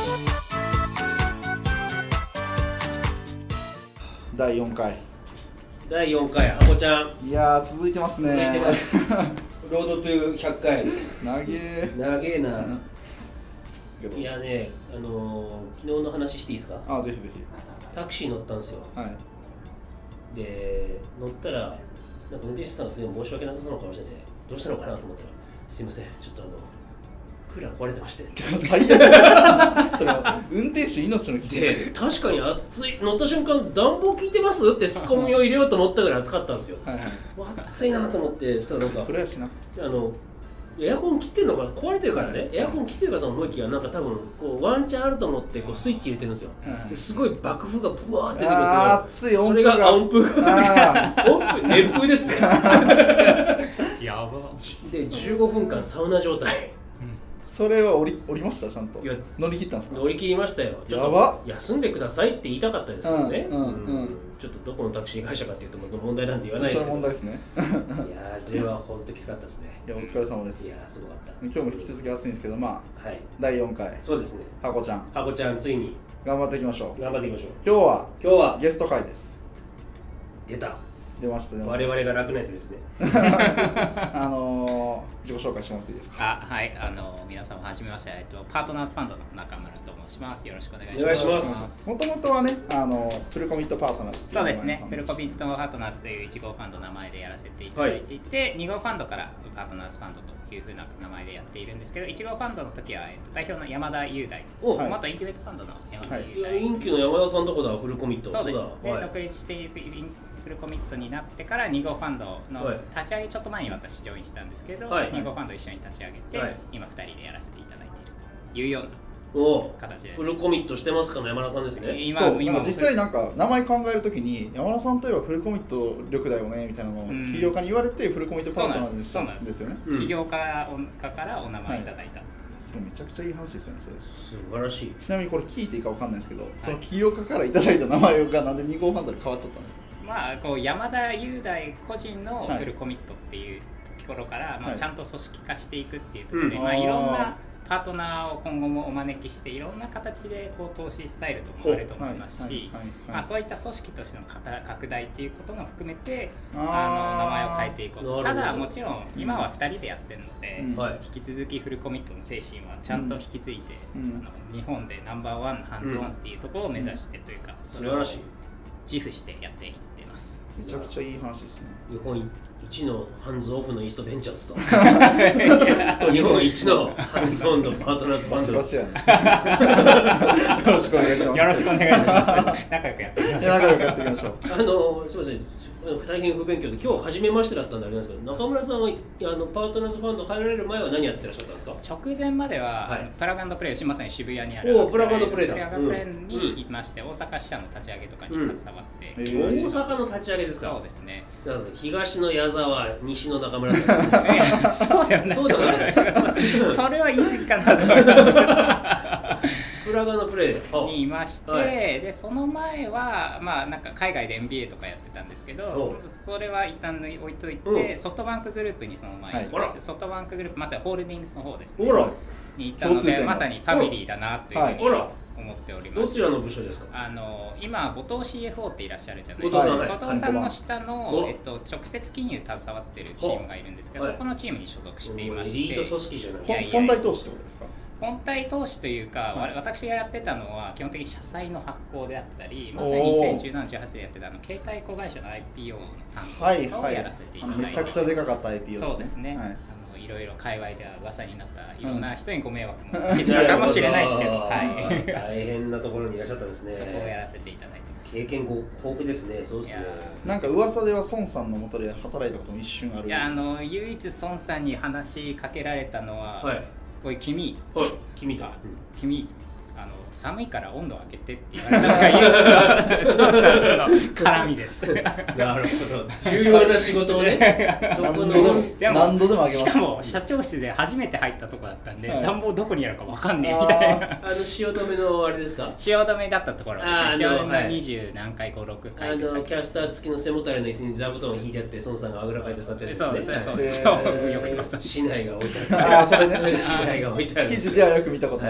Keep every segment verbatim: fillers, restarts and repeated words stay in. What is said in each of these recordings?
だいよんかいだいよんかい、ハコちゃん。 いやー続いてますね。 続いてますロードトゥひゃっかい。 長え長えな。いやね、あのー、昨日の話していいですか。 あ、ぜひぜひ。 タクシー乗ったんですよ。 はい。 で、乗ったらなんか運転手さんがすごい申し訳なさそうな顔してて、どうしたのかなと思ったら、すいません、ちょっとあのクーラー壊れてまして。 最悪それは運転手命の危険で、確かに暑い、乗った瞬間暖房効いてますってツッコミを入れようと思ったぐらい暑かったんですよ。 はいはい。 暑いなと思って、そしたらなんかそれやしな。 あのエアコン切ってるのか壊れてるからね、はい、エアコン切ってるかと思いきやなんか多分こうワンチャンあると思ってこうスイッチ入れてるんですよ、はい、ですごい爆風がブワーって出てくるんですけど、それが温風が温風熱風ですねやばでじゅうごふんかんサウナ状態。 それは降り、降りましたちゃんと。 いや乗り切ったんですか。 乗り切りましたよ。ちょっと休んでくださいって言いたかったですけどね、うんうんうん、ちょっとどこのタクシー会社かっていうと問題なんで言わないですけど、 それは問題ですねいやあれは本当きつかったですね。 いやお疲れ様です。 いやすごかった。 今日も引き続き暑いんですけど、まあ、はい、だいよんかい。 そうですね。 ハコちゃんハコちゃんついに頑張っていきましょう。 頑張っていきましょう。 今日は今日はゲスト会です。 出た。 出ました出ました。 我々が楽なやつですねあのー、自己紹介してもらっていいですか。 あ、はい、あのー、皆様はじめまして、えっと、パートナーズファンドの中村と申します。よろしくお願いします。 お願いします。 もともとはね、あのフルコミットパートナーズ。 そうですね、フルコミットパートナーズといういち号ファンドの名前でやらせていただいていて、はい、に号ファンドからパートナーズファンドというふうな名前でやっているんですけど、いち号ファンドの時は、えっと、代表の山田雄大、はい、元インキュベートファンドの山田雄大、 はい、インキュの山田さんとこだ、フルコミット。 そうです。で、 はい、 独立しているフルコミットになってからに号ファンドの立ち上げ、ちょっと前に私ジョインしたんですけど、はい、に号ファンド一緒に立ち上げて、はい、今ふたりでやらせていただいているというような形です。 フルコミットしてますかの山田さんですね。 今そう今実際なんか名前考えるときに山田さんといえばフルコミット力だよねみたいなのを起業家に言われてフルコミットパートナーにしたんですよね。 起業家からお名前いただいた、はい、 それめちゃくちゃいい話ですよね。それ素晴らしい。 ちなみにこれ聞いていいかわかんないですけど、はい、その起業家からいただいた名前がなんでに号ファンドに変わっちゃったんですか。 まあ、こう山田雄大個人のフルコミットっていうところから、はい、まあ、ちゃんと組織化していくっていうところで、うん、まあ、いろんなパートナーを今後もお招きしていろんな形でこう投資スタイルともあると思いますし、そういった組織としての拡大っていうことも含めてあの名前を変えていこうと。ただもちろん今はふたりでやってるので、うん、引き続きフルコミットの精神はちゃんと引き継いで、うん、あの日本でナンバーワンのハンズオンっていうところを目指してというか、うん、それを自負してやっていってます。 めちゃくちゃいい話ですね。 日本一のハンズオフのイーストベンチャーズと日本一のハンズオンのパートナーズファンド。 バチバチやね。よろしくお願いします。 よろしくお願いします。仲良くやっていきましょう。 仲良くやっていきましょう。 あのすみません。大変不勉強で今日初めましてだったんであれなんですけど、中村さんはあのパートナーズファンド入られる前は何やってらっしゃったんですか。 直前までは、はい、プラグ&プレイ、まさに渋谷にあるプラグ&プレイだ。 プラグ&プレイにいまして、うん、大阪支社の立ち上げとかに携わって、 うん、えー、大阪の立ち上げですか。 そうですね。 だから東の矢沢、西の中村さんですね。 そうではない。そうではないですか。それは言い過ぎかなと思います。 プラグ&プレイにいまして、はい、でその前は、まあ、なんか海外で エムビーエー とかやってたんですけど、そ, それは一旦置いといて、うん、ソフトバンクグループにその前に、はい、ソフトバンクグループ、まさにホールディングスの方ですね、に行ったので、まさにファミリーだなというふうに思っております。 どちらの部署ですか。 あの今後藤 シーエフオー っていらっしゃるじゃないですか。はい、後藤さんの下の、えっと、直接金融に携わっているチームがいるんですけど、そこのチームに所属していまして、 エリート組織じゃない。いやいや本体投資ってことですか。 本体投資というか、はい、私がやってたのは基本的に社債の発行であったり、まさににせんじゅうなな、じゅうはちでやってたあの携帯子会社の アイピーオー の担当とかをやらせていただいて、 めちゃくちゃでかかった アイピーオー ですね。 そうですね、はい、あのいろいろ界隈では噂になったいろんな人にご迷惑もかけてたかもしれないですけど、はい、 大変なところにいらっしゃったんですね。 そこをやらせていただいてます。 経験豊富ですね。そうですね。 なんか噂では孫さんの下で働いたことも一瞬ある。 いや、あの唯一孫さんに話しかけられたのは、はい、おい君、 はい、君と、うん、 君、あの寒いから温度を上げてって言われたのが唯一の孫さんの絡みです。 なるほど。重要な仕事をね。そこのでも何度でも上げます。 しかも社長室で初めて入ったとこだったんで、はい、暖房どこにあるかわかんねえみたいな。 あの汐留のあれですか。 汐留だったところですね。汐留の二十何回ごろくかいでした。 あのキャスター付きの背もたれの椅子に座布団を引いてあって、孫さんがあぐらかいて座ってるんですね。 そうですね。そうです。そうよく見ます。 市内が置いてある。ああ、それね。市内が置いてある。 記事ではよく見たことあります。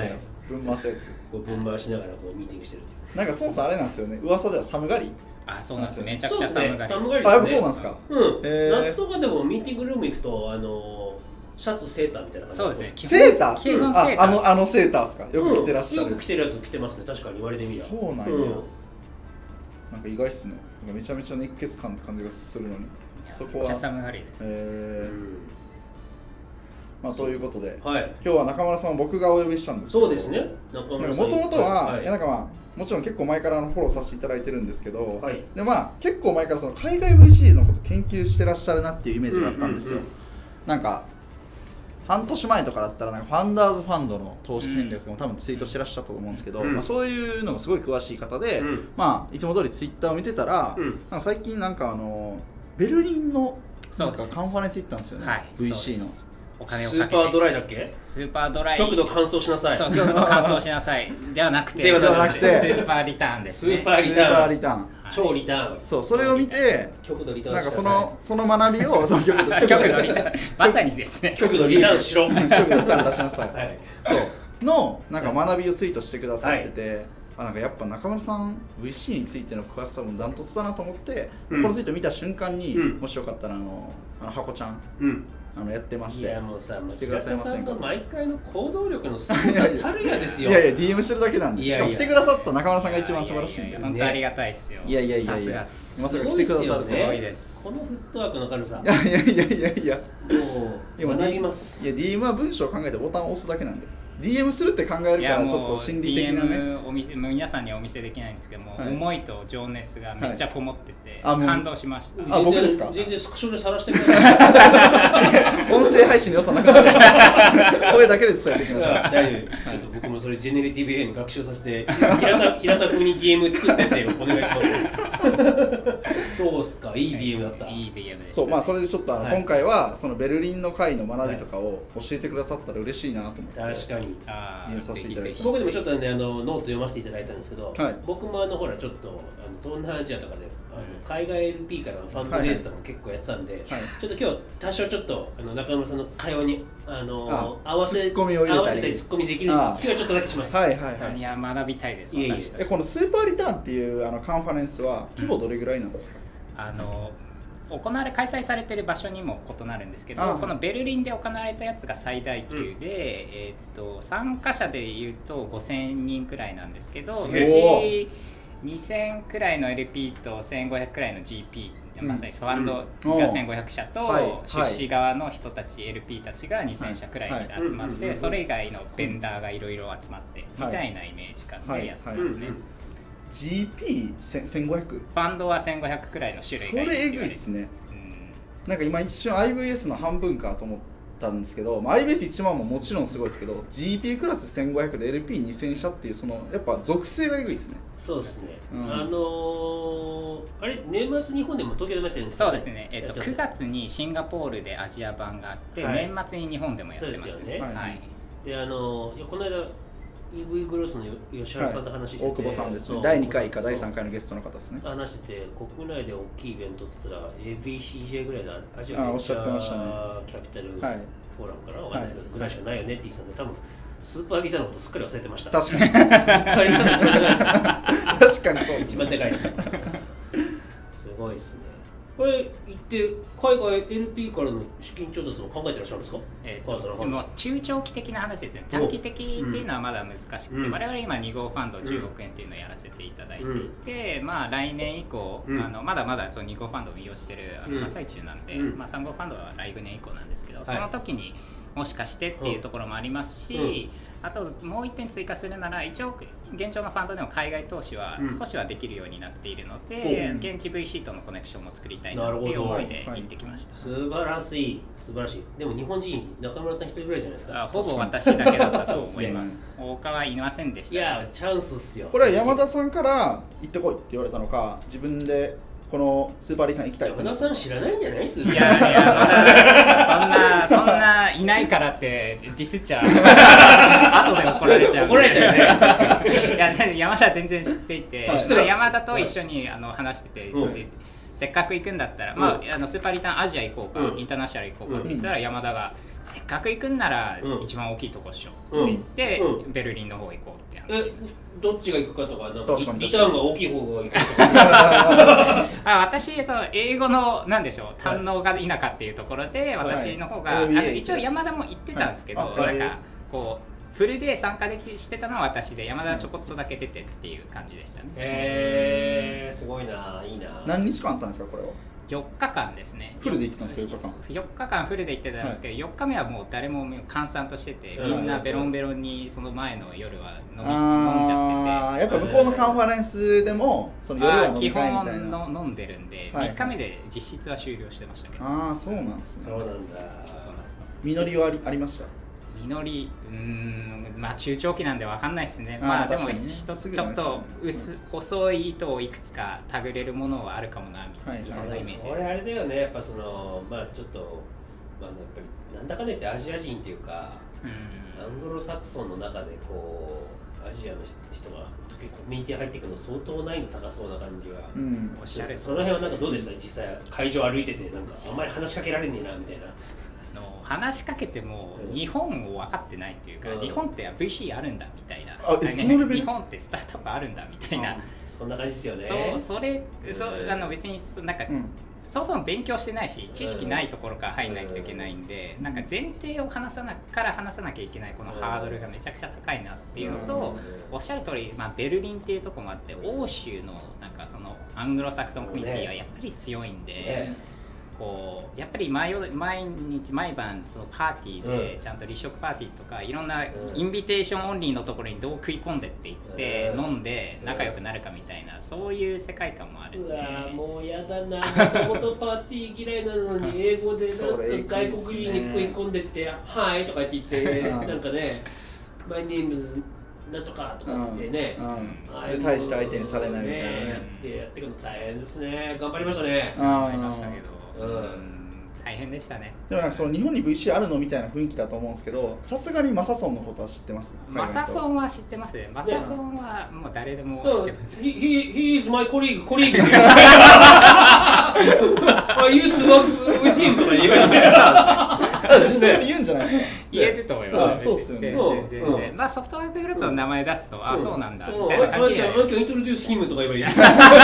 分回すやつこう分回しながらこうミーティングしてるっていう。 なんかそもそもあれなんですよね、噂では寒がり。 あ、そうなんです。めちゃくちゃ寒がりです。 寒がりですね。 あ、やっぱそうなんですか。 うん。夏とかでもミーティングルーム行くとあのシャツセーターみたいな感じ。 そうですね。 セーター。 基本セーター。 あのあのセーターですか。よく着てらっしゃる。 よく着てるやつ着てますね。確かに言われてみれば。 そうなんや。なんか意外っすね。なんかめちゃめちゃ熱血感って感じがするのに。そこは。 めっちゃ寒がりです。 えーまあということで、 はい、 今日は中村さんを僕がお呼びしたんですけど、 そうですね。中村さん。 もともとは、 はい、 いやなんかまあもちろん結構前からフォローさせていただいてるんですけど、 はい、 でまあ結構前からその海外 ブイシー のこと研究してらっしゃるなっていうイメージがあったんですよ。うんうんうん、なんか半年前とかだったらなんかファンダーズファンドの投資戦略も多分ツイートしてらっしゃったと思うんですけど、うんまあ、そういうのがすごい詳しい方で、うん、まあいつも通りツイッターを見てたら、うん、なんか最近なんかあのベルリンのなんかカンファレンス行ったんですよね、はい、ブイシー の。 お金をかけてスーパードライだっけ？ スーパードライ極度乾燥しなさい。 そう、極度乾燥しなさいではなくてではなくてスーパーリターンですね。 スーパーリターン、 リターン、 超リターン。 そう、それを見て極度リターンなんかそのその学びをその極度極度リターンまさにですね。 極度リターンしろ。極度リターン出しなさい。はい、そうのなんか学びをツイートしてくださってて。はい、あなんかやっぱ中村さん ブイシー についての詳しさもダントツだなと思って、うん、このツイート見た瞬間に、うん、もしよかったらあのあの箱ちゃん、うん、あのやってまして、 いやもうさ、 来てくださいませんか。 平田さんの毎回の行動力のすごさたるやですよ。 いやいや ディーエム してるだけなんで、しかも来てくださった中村さんが一番素晴らしいんで、 本当ありがたいですよ。 いやいやいやいや、まさか来てくださるすごいです。 このフットワークの軽さ。 いやいやいやいやいや、 もう学びます。 いや ディーエム は文章を考えてボタンを押すだけなんで。ディーエム するって考えるからちょっと心理的なね。 ディーエム お見せ皆さんにはお見せできないんですけども、はい、思いと情熱がめっちゃこもってて、はい、感動しました。 あ、僕ですか？ 全然スクショで晒してください。 音声配信の良さなくなる。声だけで伝えていきましょう。 大丈夫。ちょっと僕もそれジェネレティブ エーアイ に学習させて、平田平田風に ディーエム 作ってってお願いします。そうっすか、いい ディーエム だった。 いい ディーエム です。 そう、まあそれでちょっとあの、はい、今回はそのベルリンの会の学びとかを教えてくださったら嬉しいなと思って。 確かに。 あさせていただいて、 僕でもちょっとねあのノート読ませていただいたんですけど、はい、僕もあのほらちょっとあの東南アジアとかであの海外 エルピー からのファンドレースとかも結構やってたんで、はいはい、ちょっと今日多少ちょっとあの中村さんの会話にあのあ合わせツッコミを入れたり合わせたりツッコミできる気がちょっとだけします。 はいはいはい。 いや学びたいです。 いえいえ。 私たちこのスーパーリターンっていうあのカンファレンスは規模どれぐらいなんですか？ あの行われ開催されている場所にも異なるんですけど、このベルリンで行われたやつが最大級で、うん、えー、と参加者でいうとごせんにんくらいなんですけど、うちにせんくらいの エルピー とせんごひゃくくらいの ジーピー、うん、まさにファンドがせんごひゃくしゃと、出資側の人たち、はい、エルピー たちがにせんしゃくらいで集まって、はいはい、それ以外のベンダーがいろいろ集まってみたいなイメージ感でやってますね。 ジーピーせんごひゃく？ ファンドはせんごひゃくくらいの種類がいるって言われて。 それエグいっすね。なんか今一瞬 アイブイエス の半分かと思ったんですけど、まあ、アイビーエスいちまんももちろんすごいですけど ジーピー クラスせんごひゃくで エルピーにせん 社っていうそのやっぱ属性がエグいですね。 そうですね、うん、あのー、あれ年末日本でも東京でもやってるんですか？ そうですね、えー、とくがつにシンガポールでアジア版があって、はい、年末に日本でもやってますね。はい、 であのー、この間イーブイ グロースの吉原さんと話してて、 はい、大久保さんですね。だいにかいかだいさんかいのゲストの方ですね。 話してて、国内で大きいイベントって言ったら エービーシージェー ぐらいのアジアベンチャーキャピタルフォーラムかな、わかんないですけど、ぐらいしかないよねって言ってたんで、多分スーパーギターのことすっかり忘れてました。 確かに。 スーパーギターが一番でかいですね。 確かにそう。 一番でかいですね。すごいですね。これ行って海外 エルピー からの資金調達も考えてらっしゃるんですか？ えー、とでも中長期的な話ですね。短期的っていうのはまだ難しくて、うん、我々今に号ファンドじゅうおくえんっていうのをやらせていただいていて、うん、まあ来年以降、うん、あのまだまだに号ファンドを運用してるあの真っ最中なんで、うん、まあ、さん号ファンドは来年以降なんですけど、はい、その時にもしかしてっていうところもありますし、うん、あともう一点追加するなら一応現状のファンドでも海外投資は少しはできるようになっているので、うん、現地 ブイシー とのコネクションも作りたいなっていう思いで行ってきました。 素晴らしい素晴らしい。でも日本人中村さん一人ぐらいじゃないですか？ あ、ほぼ私だけだったと思います。他はいませんでした。 いやチャンスっすよ。 これは山田さんから行ってこいって言われたのか、自分でこのスーパーリターン行きたいと。 山田さん知らないんじゃないです？ いやいや、まだそんなそんないないからってディスっちゃう。後で怒られちゃう。 怒られちゃうね。 いや山田全然知っていて、はい、山田と一緒にあの話してて、うん、 せっかく行くんだったら、まあ、あのスーパーリターンアジア行こうか、うん、インターナショナル行こうかって言ったら、山田がせっかく行くんなら一番大きいとこっしょって言って、うん、ベルリンの方行こうって話。 えどっちが行くかとか、なんかリターンが大きい方が行くとかあ私そう英語のなんでしょう堪能が否かっていうところで、私の方が、はい、あの一応山田も行ってたんですけど、はい、なんかこうフルで参加できしてたのは私で、山田はちょこっとだけ出てっていう感じでしたね。 へえー、すごいな、いいな。 何日間あったんですかこれは？ よっかかんですね。 フルで行ってたんですか？よっかかん。 よっかかんフルで行ってたんですけど、はい、よっかめはもう誰も閑散としてて、みんなベロンベロンにその前の夜は飲み飲んじゃってて。 やっぱ向こうのカンファレンスでもその夜は飲み会みたいな。 基本の飲んでるんで、はい、みっかめで実質は終了してましたけど。 ああそうなんですね。そうなんだ。 そうなんです。 実りはあり、ありました？ 実り、うーん、まあ中長期なんで分かんないですね。まあでも一つちょっと薄細い糸をいくつか手繰れるものはあるかもなみたいな、はい、そんなイメージです。 それあれだよね、やっぱそのまあちょっとまあやっぱりなんだかねってアジア人っていうか、うん、アングロサクソンの中でこうアジアの人が時コミュニティ入っていくの相当難易度高そうな感じは、うん、おっしゃる。その辺はなんかどうでした？実際会場歩いててなんかあんまり話しかけられねえなみたいな。 話しかけても日本を分かってないというか、うん、日本って ブイシー あるんだみたいな、 あ、そのレベル？ 日本ってスタートアップあるんだみたいな、 そんな感じですよね。 そうそれそあの別になんか、うん、そもそも勉強してないし知識ないところから入んないといけないんで、うん、なんか前提を話さなから話さなきゃいけないこのハードルがめちゃくちゃ高いなっていうのと、うん、おっしゃる通り、まあ、ベルリンっていうところもあって欧州のなんかそのアングロサクソンコミュニティはやっぱり強いんで。ねこうやっぱり 毎, 毎日毎晩そのパーティーでちゃんと立食パーティーとかいろんなインビテーションオンリーのところにどう食い込んでっていって飲んで仲良くなるかみたいなそういう世界観もあるんで、 うわもうやだな、もともとパーティー嫌いなのに英語でなんか外国人に食い込んでって「はい」とかって言ってなんかね「My name is なんとか」とかって言ってね、うんうん、大して相手にされないみたいなねってやっていくの大変ですね。頑張りましたね。 頑張りましたけどうん、大変でしたね。 でもなんかその日本に ブイシー あるのみたいな雰囲気だと思うんですけど、さすがにマサソンのことは知ってます？ マサソンは知ってますね。マサソンはもう誰でも知ってます。 He, he, he is my colleague, colleague. I used to work with him とか言われて実際に言うんじゃないですか。 言えると思います。 そうですよね。 全然。まあソフトバンクグループの名前出すと、あ、そうなんだみたいな感じで。 あ、今日イントロデュースヒムとか言えばいい。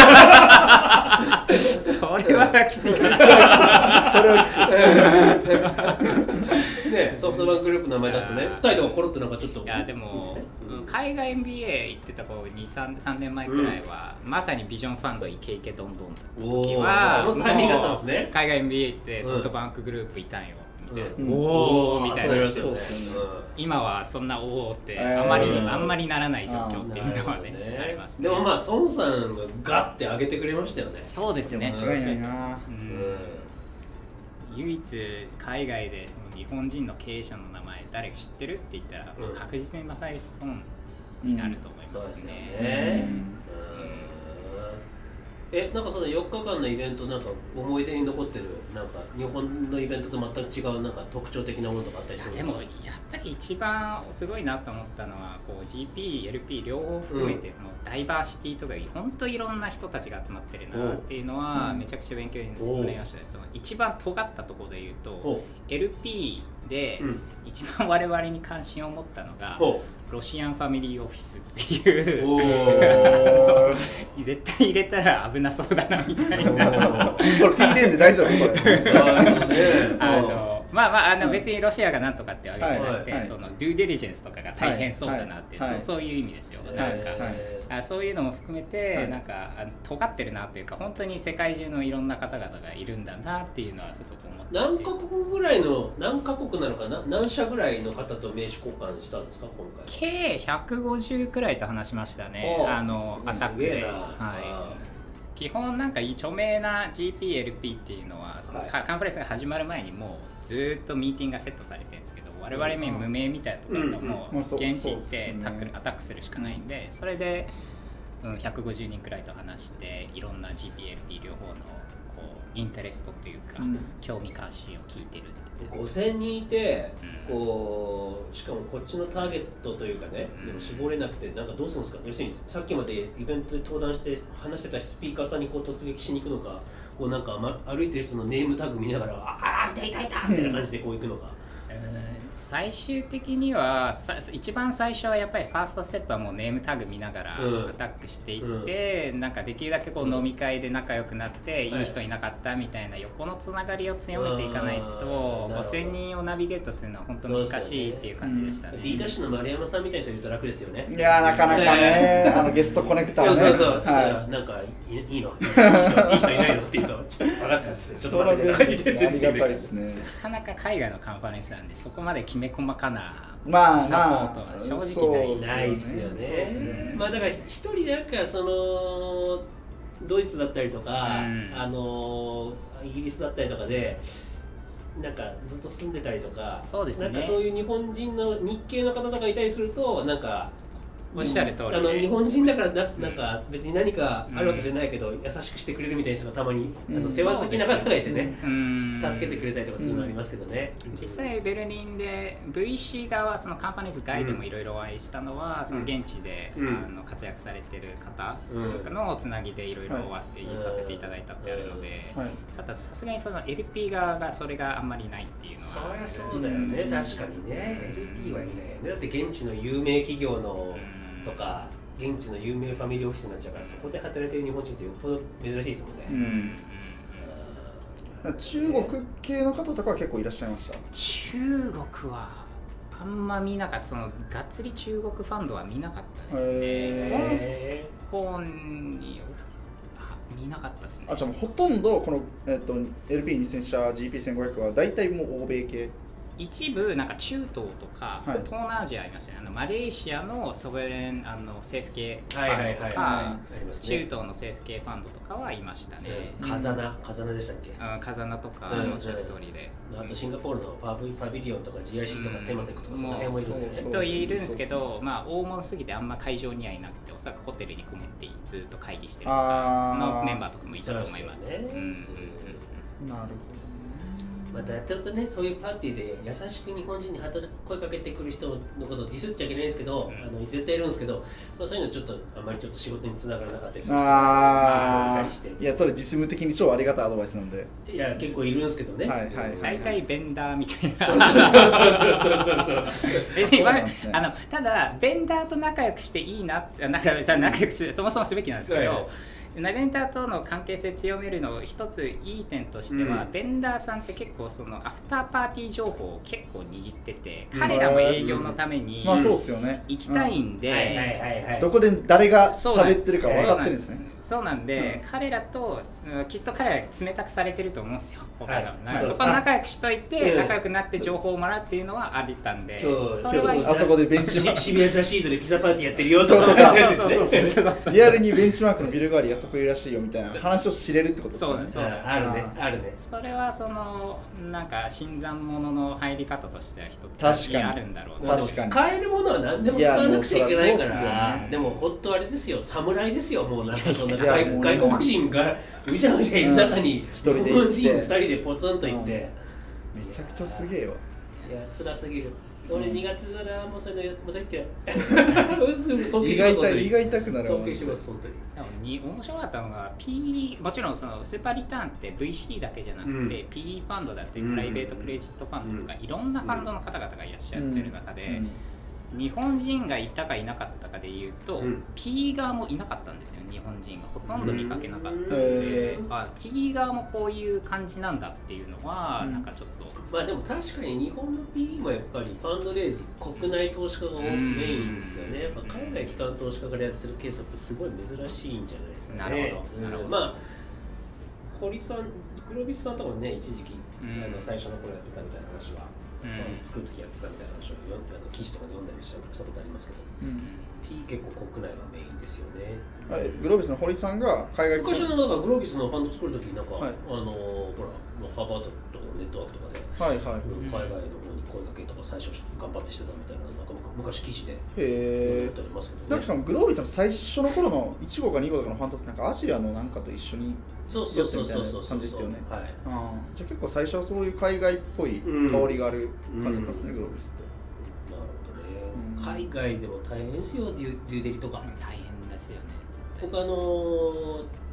それはきついかな。 それはきつい。ね、ソフトバンクグループの名前出すね。態度がコロってなんかちょっと。 いやでも海外 エムビーエー 行ってた子に、さんねんまえくらいは、うん、まさにビジョンファンドイケイケどんどんだった時はそのタイミングだったんですね。 海外 エムビーエー 行ってソフトバンクグループいたんよ。うん、おーみたいな、うん、今はそんなおーってあんまり、えー、あんまりならない状況っていうのはね、ねありますね。 でもまあ孫さんがガッて上げてくれましたよね。 そうですね。 間違いないな、 うん、唯一海外でその日本人の経営者の名前誰か知ってるって言ったら、うん、確実に正義孫になると思いますね。 え、なんかそのよっかかんのイベントなんか思い出に残ってるなんか日本のイベントと全く違うなんか特徴的なものとかあったりするんですか？ でもやっぱり一番すごいなと思ったのはこう ジーピー、エルピー 両方含めてのダイバーシティとか本当いろんな人たちが集まってるなっていうのはめちゃくちゃ勉強になりましたね。その一番尖ったところで言うと エルピー で一番我々に関心を持ったのがロシアンファミリーオフィスっていう絶対入れたら危なそうだなみたいなこれ ピー レーンで大丈夫これあのまあまあ、あの別にロシアがなんとかってわけじゃなくて、はいはい、そのデューデリジェンスとかが大変そうだなって、はいはい、そ, そういう意味ですよ。なんか、はい、そういうのも含めて、はい、なんか尖ってるなというか本当に世界中のいろんな方々がいるんだなっていうのはすごく思って何カ国ぐらいの何カ国なのかな何社ぐらいの方と名刺交換したんですか今回？ 計ひゃくごじゅうくらいと話しましたね。あのアタックで。基本なんか著名な ジーピー、エルピー っていうのはその、はい、カンファレンスが始まる前にもうずっとミーティングがセットされてるんですけど我々も無名みたいなところだともう現地行ってタックル、アタックするしかないんでそれで、うん、ひゃくごじゅうにんくらいと話していろんな ジーピー、エルピー 両方のこうインタレストというか、うん、興味関心を聞いてるってごせんにんいて、うん、こうしかもこっちのターゲットというかね、うん、でも絞れなくてなんかどうするんですか？要するにさっきまでイベントで登壇して話してたスピーカーさんにこう突撃しに行くのかこうなんか、ま、歩いてる人のネームタグ見ながらああいたいたいたみたいな感じでこう行くのか、 うん、最終的にはさ一番最初はやっぱりファーストステップはもうネームタグ見ながらアタックしていって、うん、なんかできるだけこう飲み会で仲良くなって、うん、いい人いなかったみたいな横のつながりを強めていかないとごせんにんをナビゲートするのは本当難しいっていう感じでしたね。 D ダッシュの丸山さんみたいな人いると楽ですよね。 いやーなかなかねあのゲストコネクターねそうそうそう、はい、なんかいいのいい人いい人いないのって言うとちょっと分かったんですね、ちょっと待ってって感じで出てきてくれる。 なかなか海外のカンファレンスなんでそこまできめ細かなまあサポートは正直ない、 ないですよね。まあだから一人なんかそのドイツだったりとか、うん、あのイギリスだったりとかでなんかずっと住んでたりとか、 そうですね、 なんかそういう日本人の日系の方とかいたりするとなんかおっしゃる通り、ね、 あの日本人だからな、なんか別に何かあるわけじゃないけど、うん、優しくしてくれるみたいな人がたまに、うん、あの世話好きな方がいてね、うん、助けてくれたりとかするのありますけどね、 うん、実際ベルリンで ブイシー 側そのカンパニーズ外でもいろいろお会いしたのは、うん、その現地で、うん、あの活躍されてる方のつなぎでいろいろお会いさせていただいたってあるので、はい、たださすがにその エルピー 側がそれがあんまりないっていうのはそりゃそうだよね、確かにね エルピー はいないよね。だって現地の有名企業のとか現地の有名ファミリーオフィスになっちゃうからそこで働いてる日本人ってよっぽど珍しいですもんね、 うん、中国系の方とかは結構いらっしゃいました。 中国はあんま見なかった、そのがっつり中国ファンドは見なかったですね。香港にあ見なかったですね。 あじゃあもうほとんどこの、えー、と エルピーにせん 社 ジーピーせんごひゃく は大体もう欧米系。 一部なんか中東とか、はい、東南アジアありますよね。あのマレーシアのソベレンあの政府系ファンドとか、中東の政府系ファンドとかはいましたね。 カザナ、カザナでしたっけ？ あカザナとかおっしゃる通りで、 あとシンガポールのパビ、パビリオンとか ジーアイシー とかテマセクとかその辺もいるんで、 といるんですけど、まあ大物すぎてあんま会場にはいなくて、おそらくホテルにこもってずっと会議してるとかのメンバーとかもいたと思います。なるほど。 またやってるとね、そういうパーティーで優しく日本人に声かけてくる人のことをディスっちゃいけないんですけど、うん、あの絶対いるんですけど、まあ、そういうのちょっとあんまりちょっと仕事につながらなかったりする人がいたりして、 いやそれ実務的に超ありがたいアドバイスなんで、 いや結構いるんですけどね、 はいはいはい、大体ベンダーみたいな、 そうそうそうそうそうそう別に、ね、あのただベンダーと仲良くしていいなって仲良くすそもそもすべきなんですけど、はいはい、ベンダーとの関係性強めるの一ついい点としては、うん、ベンダーさんって結構そのアフターパーティー情報を結構握ってて、彼らも営業のために行きたいんで、 どこで誰が喋ってるか分かってるんですね。 そうなんで、うん、彼らときっと彼ら冷たくされてると思うんですよ、他の、はい、そこは仲良くしといて、仲良くなって情報をもらうっていうのはありたんで、 それはあそこでベンチマーク渋谷ザシードでピザパーティーやってるよとかリアルにベンチマークのビル代わりあそこいるらしいよみたいな話を知れるってことですよね。 そうです、 あるね、あるね。 それはそのなんか新参者の入り方としては一つあるんだろうな。 確かに使えるものは何でも使わなくちゃいけないから、でも本当あれですよ、侍ですよ、もうなんかそんな外国人がうじゃうじゃいる中に日本人ふたりでポツンと行って、 めちゃくちゃすげえわ。 いや辛すぎる。俺苦手だな、もうそういうのまた言って胃が痛い、胃が痛くなる。 尊敬します本当に。面白かったのが P、 もちろんそのスーパーリターンって ブイシー だけじゃなくて、うん、ピーイー ファンドだってプライベートクレジットファンドとか、うん、いろんなファンドの方々がいらっしゃってる中で、うんうん日本人がいたかいなかったかでいうと、うん、P 側もいなかったんですよ。日本人がほとんど見かけなかったので、あ P 側もこういう感じなんだっていうのは、うん、なんかちょっとまあでも確かに日本の P もやっぱりファンドレイズ国内投資家がメインですよね。やっぱ海外機関投資家からやってるケースはすごい珍しいんじゃないですかね。 なるほど、なるほど。 まあ堀さん、グロビスさんとかもね一時期、うん、あの最初の頃やってたみたいな話は。うん、作るときやってたみたいな話をあの記事とかで読んだりしたことありますけど、うん、P 結構国内がメインですよね。 はい、グロービスの堀さんが海外昔のだからグロービスのファンド作るときなんか、はい、あのほらハーバードとかネットワークとかで、はいはいうん、海外の方に声かけとか最初頑張ってしてたみたいななんか昔記事でへ読んだりますけど、ね、 なんかしかもグロービスの最初の頃のいち号かに号とかのファンドってなんかアジアのなんかと一緒にそうそうそうそうそう感じですよね。はい。あじゃあ結構最初はそういう海外っぽい香りがある感じだったんですね、うん、グロービスって。 なるほどね。海外でも大変ですよ、デュデュデリとか。 大変ですよね。 僕あの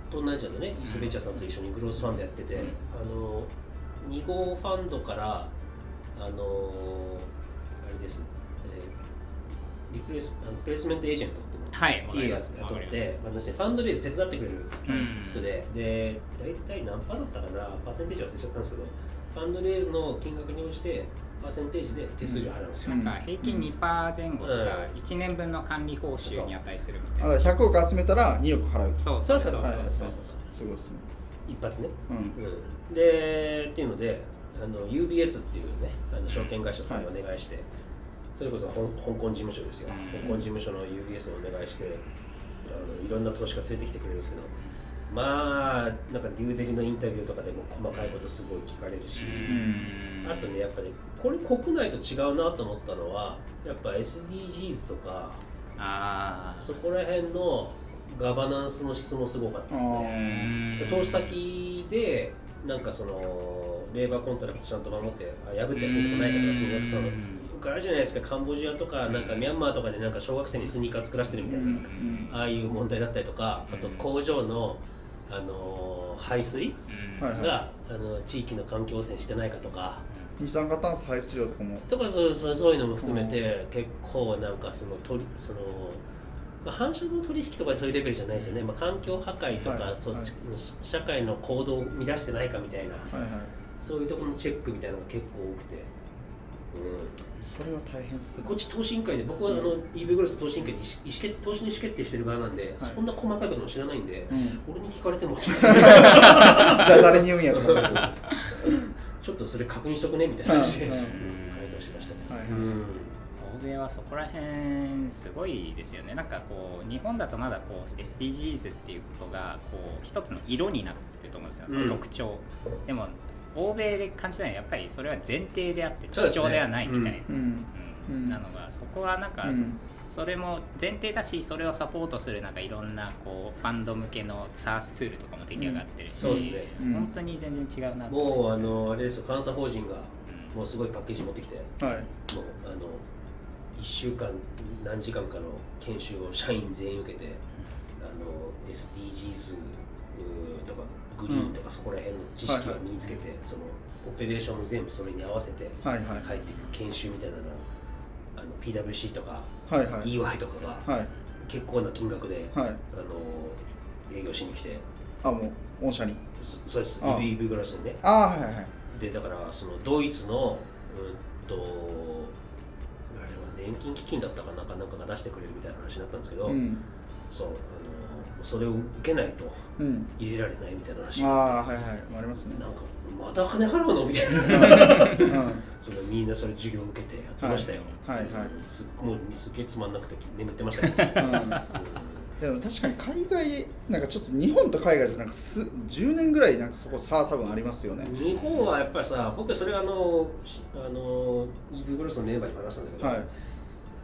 東南アジアでねイースベンチャーさんと一緒にグロースファンドやってて、うん、あのに号ファンドからあのあれです、えー、リプレイスあのプレイスメントエージェントっていうのを、 はい、 ピーエーが雇って、まあ、ファンドレイズ手伝ってくれる人で、うん、で大体何パーだったかな、パーセンテージ忘れちゃったんですけど、ファンドレイズの金額に応じてパーセンテージで手数料払うんですよ、 うん、なんか平均 にパーセント 前後とかいちねんぶんの管理報酬に値するみたいな、 ひゃくおく集めたらにおく払う。 そうそうそうそうそうそうそう、 すごいですね、 一発ね、 うんうん、でっていうのであの ユービーエス っていうねあの証券会社さんにお願いして、はい、それこそ香港事務所ですよ、うん、香港事務所の ユービーエス にお願いしてあのいろんな投資家連れてきてくれるんですけど、まあなんかデューデリのインタビューとかでも細かいことすごい聞かれるし、うん、あとねやっぱり、ね、これ国内と違うなと思ったのはやっぱ エスディージーズ とかあそこら辺のガバナンスの質もすごかったですね。で投資先でなんかそのレーバーコントラクトちゃんと守って破ってやってるとこないかとかすごくそのよくあるじゃないですか、カンボジアとかなんかミャンマーとかでなんか小学生にスニーカー作らせてるみたいな、ああいう問題だったりとか、あと工場のあの排水があの地域の環境汚染してないかとか、 二酸化炭素排出量とかもとかそうそうそういうのも含めて結構なんかその取りそのまあ、繁殖の取引とかそういうレベルじゃないですよね、まあ、環境破壊とか、はい、そっちの社会の行動を乱してないかみたいな、はいはい、そういうところのチェックみたいなのが結構多くて、 うん、それは大変ですね。 こっち投資委員会で僕はあの、うん、イービー グロス投資委員会で意思決投資に意思決定してる側なんで、はい、そんな細かいことも知らないんで、うん、俺に聞かれてもじゃあ誰に言うんやと思いますちょっとそれ確認しとくねみたいな話で、うんうん、回答しましたね、はいはい、うん欧米はそこら辺すごいですよね。なんかこう日本だとまだこう エスディージーズ っていうことがこう一つの色になってると思うんですよ、その特徴、うん、でも欧米で感じたのはやっぱりそれは前提であって特徴ではないみたいな、うんうん、なのがそこはなんか、うん、それも前提だし、それをサポートするなんかいろんなこうファンド向けの SaaS ツールとかも出来上がってるし、 うん、そうですね、 本当に全然違うなと思いますね。もうあのあれですよ、監査法人がもうすごいパッケージ持ってきて、はい、もうあのいっしゅうかん何時間かの研修を社員全員受けて、あの エスディージーズ とかグリーンとかそこら辺の知識を身につけて、うん、そのオペレーションも全部それに合わせて入っていく研修みたいなのをあの ピーダブリューシー とか、はいはい、イーワイ とかが結構な金額で、はい、あの営業しに来て、 あもう御社にそそうです、イービー グラスにね。 あ、はいはい、 でだからそのドイツのうんと年金基金だったかなんかなんかが出してくれるみたいな話になったんですけど、うん、そうあのそれを受けないと入れられないみたいな話、 うん、ああはいはいありますね。 なんかまだ金払うのみたいな、うん、それみんなそれ授業受けてやってましたよ。はいはいはい、すっもうすげえつまんなくて眠ってましたけど、うんうんでも確かに海外なんかちょっと日本と海外じゃなんかすじゅうねんぐらいなんかそこ差多分ありますよね。 日本はやっぱりさ、僕それはあのあのイービーグロスのメンバーに話したんだけど、はい、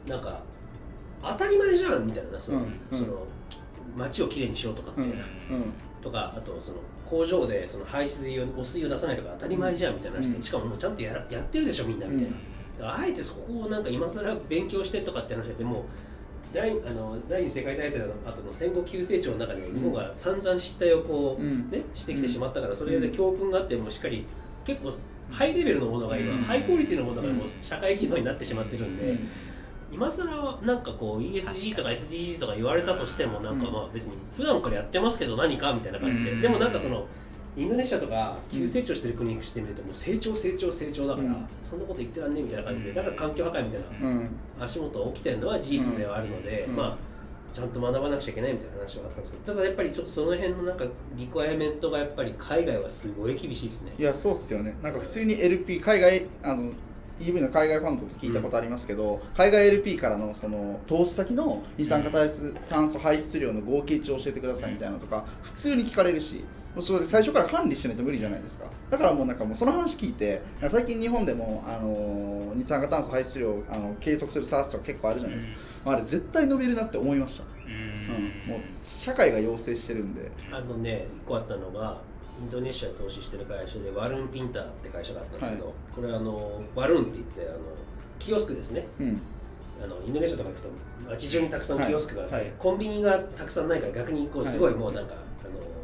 なんか当たり前じゃんみたいなその、うんうん、その街をきれいにしようとかって、うんうん、とかあとその工場でその排水を汚水を出さないとか当たり前じゃんみたいな話で、うん、しかももうちゃんと や, やってるでしょみんなみたいな、うん、だからあえてそこをなんか今更勉強してとかって話でも第, あの第二次世界大戦の後の戦後急成長の中で日本が散々失態をこう、うんね、してきてしまったから、それで教訓があってもしっかり結構ハイレベルのものが今、うん、ハイクオリティのものがもう社会規模になってしまってるんで、うん、今更なんかこう イーエスジー とか エスディージーズ とか言われたとしてもなんかまあ別に普段からやってますけど何かみたいな感じで、うん、でもなんかそのインドネシアとか急成長してる国にしてみるともう成長成長成長だから、うん、そんなこと言ってらんねえみたいな感じで、だから環境破壊みたいな足元起きてるのは事実ではあるので、うん、まあちゃんと学ばなくちゃいけないみたいな話はあったんですけど、ただやっぱりちょっとその辺のなんかリクワイアメントがやっぱり海外はすごい厳しいですね。 いやそうっすよね。なんか普通に エルピー 海外あのイーブイ の海外ファンドと聞いたことありますけど、うん、海外 エルピー からのその投資先の二酸化炭素排出量の合計値を教えてくださいみたいなのとか普通に聞かれるし、それ最初から管理しないと無理じゃないですか。だからもうなんかもうその話聞いて、最近日本でもあの二酸化炭素排出量をあの計測する SaaS とか結構あるじゃないですか、うん、あれ絶対伸びるなって思いました、うん、もう社会が要請してるんで。 あのね、いっこあったのがインドネシアに投資してる会社でワルーンピンターって会社があったんですけど、はい、これあのワルーンって言ってあのキオスクですね、うん、あのインドネシアとか行くと街中にたくさんキオスクがあって、はいはい、コンビニがたくさんないから逆にこうすごいもうなんか、はい、あの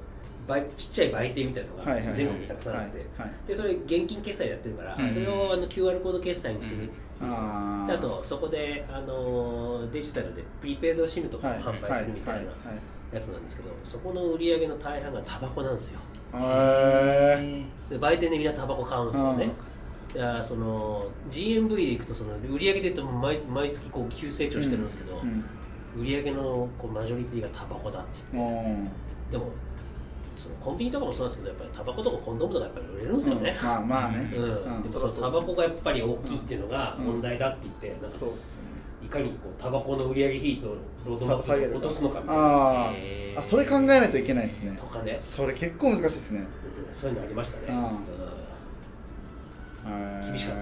ちっちゃい売店みたいなのが全国にたくさんあって、でそれ現金決済やってるから、うん、それをあの キューアール コード決済にする、うん、あ, あとそこであのデジタルでプリペイドシムとかを販売するみたいなやつなんですけど、そこの売り上げの大半がタバコなんですよ。へで売店でみんなタバコ買うんですよね。いやその ジーエムブイ でいくとその売り上げで言うと 毎, 毎月こう急成長してるんですけど、うんうん、売り上げのこうマジョリティがタバコだって言って、うん、でもそのコンビニとかもそうなんですけど、やっぱりタバコとかコンドームとかやっぱり売れるんですよね、うん、まあまあね、うんうん、でもそのタバコがやっぱり大きいっていうのが問題だって言って、うん、なんかいかにこうタバコの売り上げ比率をロードマップで落とすのかみたいな、 ああそれ考えないといけないですねとかね、 それ結構難しいですね、 うん、そういうのありましたね、うん、厳しかった。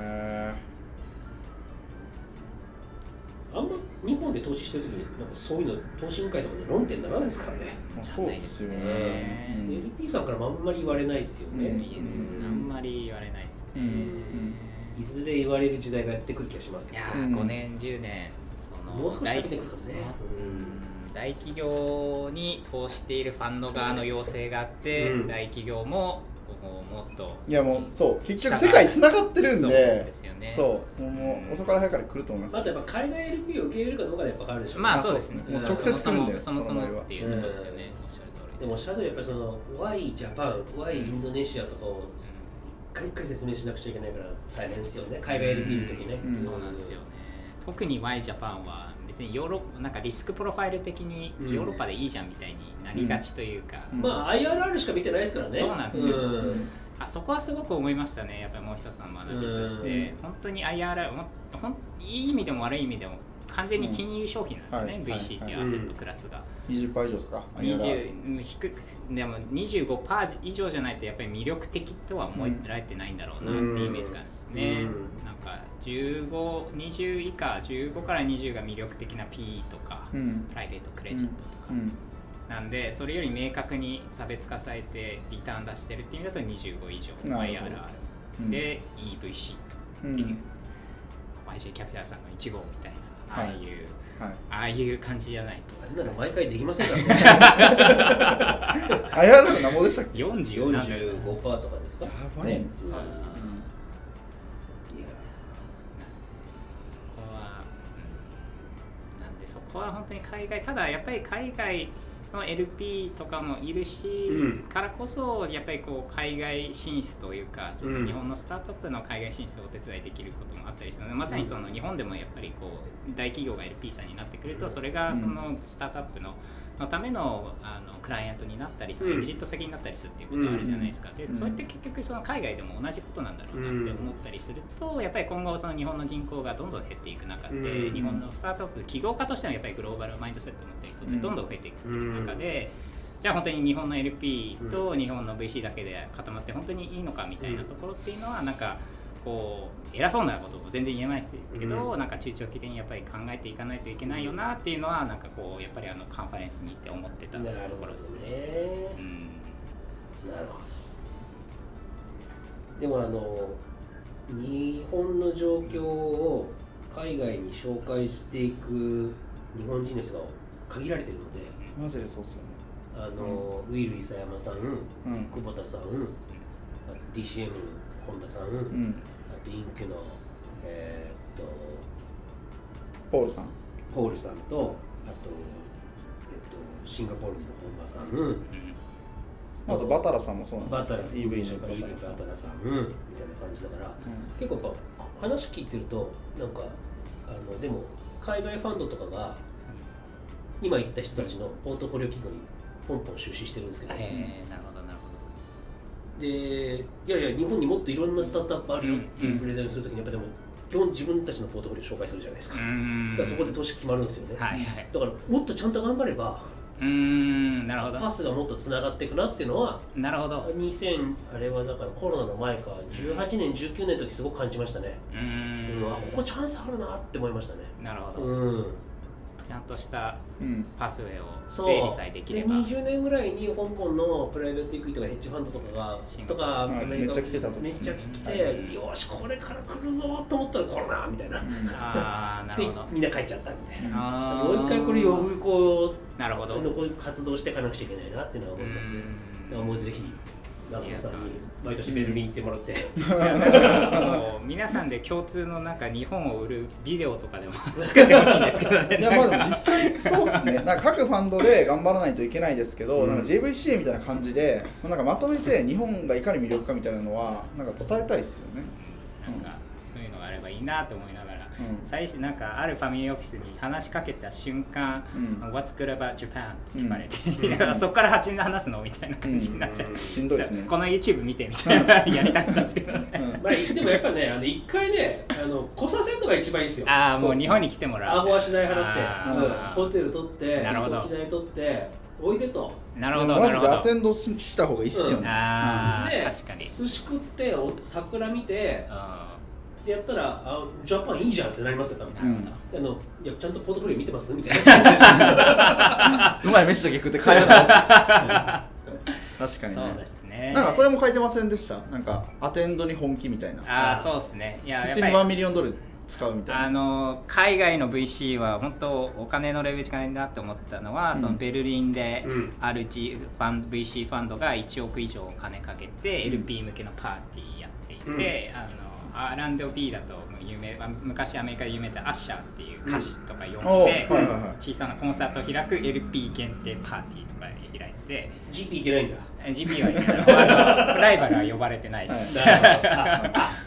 あんま日本で投資してるときになんかそういうの投資委員会とかで論点にならないですからね。 まあ、そうですよね、 うん、エルピー さんからもあんまり言われないですよね、うんうん、あんまり言われないですね、うんうん、いずれ言われる時代がやってくる気がしますけど、 いやーごねんじゅうねんそのもう少し先でくるかもね、 うん、大企業に投しているファンド側の要請があって、うん、大企業ももっといやもうそう結局世界つながってるんで、そうですよね、 そうもう遅から早から来ると思います。 あとやっぱ海外 エルピー を受け入れるかどうかでやっぱ変わるでしょう。 まあそうですね、 もう直接来るんでそもそもっていうところですよね、おっしゃる通り。 でもおっしゃる通りやっぱりその Why ジャパン Why インドネシアとかを一回一回説明しなくちゃいけないから大変ですよね、海外 エルピー の時ね、 うん、そうなんですよね。特に Why ジャパンは別にヨーロッパなんかリスクプロファイル的にヨーロッパでいいじゃんみたいになりがちというか、 うんうん、まあ アイアールアール しか見てないですからね。 そうなんですよ、うん、あそこはすごく思いましたね。やっぱりもう一つの学びとして、うん、本当に アイアールアール ほんいい意味でも悪い意味でも完全に金融商品なんですよね、うん、ブイシー っていうアセットクラスが、 うん、にじゅっパーセント以上ですか。 にじゅう低くでも にじゅうごパーセント 以上じゃないとやっぱり魅力的とは思えられてないんだろうなっていうイメージ感ですね、うん、なんかじゅうご、にじゅう以下じゅうごからにじゅうが魅力的な ピーイー とか、うん、プライベートクレジットとか、うんうん、なんでそれより明確に差別化されてリターン出してるっていう意味だとにじゅうご以上 アイアールアール、うん、で イーブイシー っていう、うん、ワイジェー キャピタルさんのいち号みたいな、はい、ああいうはい、ああいう感じじゃないとあんなの毎回できませんからねあやるの何もでしたっけ。 よんじゅうごパーセント とかですか。やばい、ね、うん、いやそこは、うん、なんでそこは本当に海外ただやっぱり海外の エルピー とかもいるし、うん、からこそやっぱりこう海外進出というか、うん、日本のスタートアップの海外進出をお手伝いできることもあったりするので、まさにその日本でもやっぱりこう大企業が エルピー さんになってくると、それがそのスタートアップののため の, あのクライアントになったり、そのエグジット先になったりするっていうことがあるじゃないですか。でそれって結局その海外でも同じことなんだろうなって思ったりすると、やっぱり今後その日本の人口がどんどん減っていく中で、日本のスタートアップ起業家としてもやっぱりグローバルマインドセットを持っている人ってどんどん増えていく中で、じゃあ本当に日本の エルピー と日本の ブイシー だけで固まって本当にいいのかみたいなところっていうのはなんかこう偉そうなことも全然言えないですけど、うん、なんか中長期的にやっぱり考えていかないといけないよなっていうのはなんかこうやっぱりあのカンファレンスに行って思ってたところですね。うん、 なるほど。でもあの日本の状況を海外に紹介していく日本人の人が限られているので、 マジでそうっすよね。 あの、うん、ウィル・イサヤマさん、うん、久保田さん、あと ディーシーエム 本田さん、うん、あとインクの、えー、っとポールさんポールさんと、あと、えっと、シンガポールの本間さん、うん、 あとバタラさんもそうなんです。バタラさん、イーブイ のバタラさん、うん、みたいな感じだから、うん、結構やっぱ話聞いてるとなんかあのでも海外ファンドとかが今言った人たちのポートフォリオ企業にポンポン出資してるんですけど、 へー、なるほどなるほど。で、いやいや日本にもっといろんなスタートアップあるよっていうプレゼンするときにやっぱでも基本自分たちのポートフォリオを紹介するじゃないですか。だからそこで投資決まるんですよね。はいはい、だからもっとちゃんと頑張れば、 うーん、なるほど。 パスがもっとつながっていくなっていうのは、 なるほど。 にせんあれはだからコロナの前かじゅうはちねんじゅうきゅうねんの時すごく感じましたね。うーん、うん、あここチャンスあるなって思いましたね。 なるほど。 うん。 ちゃんとしたパスウェイを整理さえできれば。 にじゅうねんぐらいに香港のプライベートイクイティとかヘッジファンドとかがとかアメリカめっちゃ来てたとめっちゃ来て、よしこれから来るぞと思ったらコロナみたいな、 あなるほど、 みんな帰っちゃったみたいな、 あもう一回これ呼ぶこうなるほど、 こういう活動していかなくちゃいけないなっていうのは思いますね。だからもうぜひ中野さんに毎年ベルリン行ってもらってもう皆さんで共通のなんか日本を売るビデオとかでも作ってほしいんですけどね。 いやまあでも実際そうですね。なんか各ファンドで頑張らないといけないですけど、うん、なんか ジェーブイシーエー みたいな感じでなんかまとめて日本がいかに魅力かみたいなのはなんか伝えたいですよね。 なんかそういうのがあればいいなと思いながら、うん、最初なんかあるファミリーオフィスに話しかけた瞬間、うん、What's good about Japan? って聞かれて、うん、そこからはちねん話すのみたいな感じになっちゃう、 うん、しんどいですね。 この YouTube 見てみたいなやりたかったんですけどね、 うんまあ、でもやっぱね、あの一回ねあの来させるのが一番いいですよ。 ああもう日本に来てもらう、 アゴはしない払って、うん、ホテル取ってなるほど、 機内取っておいでと。 なるほど、 マジでアテンドした方がいいっすよね、うん、 ああ、 で確かに寿司食って桜見てでやったらあジャパンいいじゃんってなりますよ多分、うん、あのいやちゃんとポートフォリオ見てますみたいな感じですうまい飯だけ食って帰らない確かにね。 そうですね。 なんかそれも書いてませんでした？なんかアテンドに本気みたいな。 ああそうですね。いや普通にワンミリオンドル使うみたいな。 あの海外の ブイシー は本当お金のレベルじゃないなって思ったのは、うん、そのベルリンで アールジー ファン ブイシー ファンドがいちおく以上お金かけて エルピー 向けのパーティーやっていて、うん、あのアーランド B だと有名昔アメリカで有名なアッシャーっていう歌手とか呼んで、うんはいはいはい、小さなコンサートを開く エルピー 限定パーティーとかで開いてジーピー いけないんだ。 ジーピー はいけないライバルは呼ばれてないです、 はい、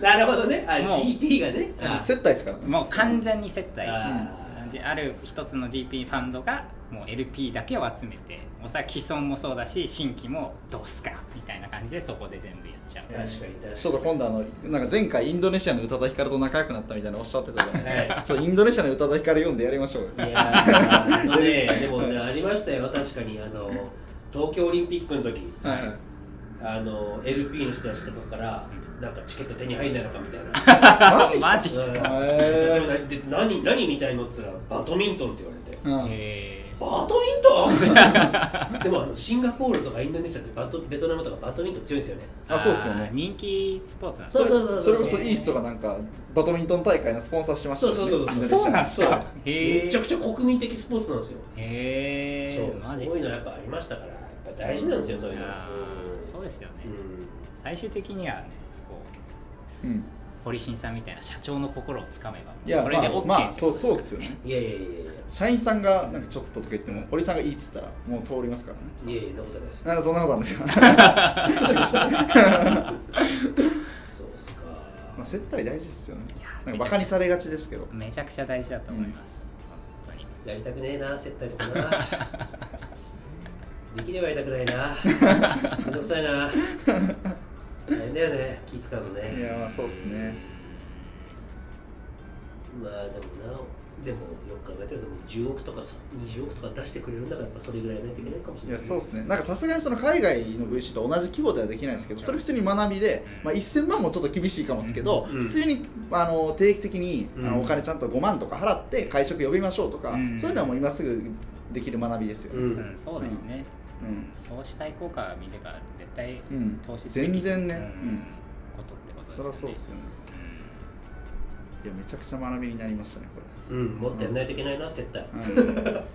なるほどね。あ ジーピー がね接待ですからね。 もう完全に接待です。ある一つの ジーピー ファンドがもう エルピー だけを集めて、もうそれは既存もそうだし新規もどうすかみたいな感じでそこで全部やっちゃう。 確かに確かに。 ちょっと今度あのなんか前回インドネシアの宇多田ヒカルと仲良くなったみたいなおっしゃってたじゃないですか、はい、そうインドネシアの宇多田ヒカル読んでやりましょうよ。 いやあのねでもねありましたよ確かに。あの東京オリンピックの時、はい、あの エルピー の人たちとかからなんかチケット手に入んないのかみたいなマジっすか。 それで何何みたいのっつったらバドミントンって言われて、うん、へバドミントンでもあのシンガポールとかインドネシアってバトベトナムとかバドミントン強いですよね。 あそうですよね。 人気スポーツなんです。 そうそうそうそれこそイーストがなんかバドミントン大会のスポンサーしてましたね。 そうそうそうそうなんですか。 めちゃくちゃ国民的スポーツなんですよ。 へえ。そうそういうのやっぱありましたからやっぱ大事なんですよそういうの。 そうですよね。最終的にはねこう。うん堀新さんみたいな社長の心をつかめばそれで OK ってことですか。 まあ、まあ、そうそうですよね。 いやいやいやいや社員さんがなんかちょっととか言っても堀さんがいいっつったらもう通りますからね。 いやいやそんなことないですよ。 なんかそんなことあるんですかそうですか。 まあ接待大事ですよね。なんかバカにされがちですけどめちゃくちゃ大事だと思います、 うん、本当にやりたくねえな接待とかなできればやりたくないなめんどくさいな大変だよね気使うのね。 いやまあそうですね。 まあでもなでもよく考えたらじゅうおくとかにじゅうおくとか出してくれるんだからやっぱそれぐらいないといけないかもしれない、ね、 いやそうですね。なんかさすがにその海外の ブイシー と同じ規模ではできないですけどそれ普通に学びで、まあ、せんまんもちょっと厳しいかもですけど、うん、普通にあの定期的にあのお金ちゃんとごまんとか払って会食呼びましょうとか、うん、そういうのはもう今すぐできる学びですよね、 うんうん、そうですね、うん、投資対効果を見れば絶対投資すべき、 うん、全然ね、うん、 ことってことですよね。 そりゃそうですよね、うん、いやめちゃくちゃ学びになりましたねこれ。 うん、もっとやらないといけないな、接待、うん、そうだね。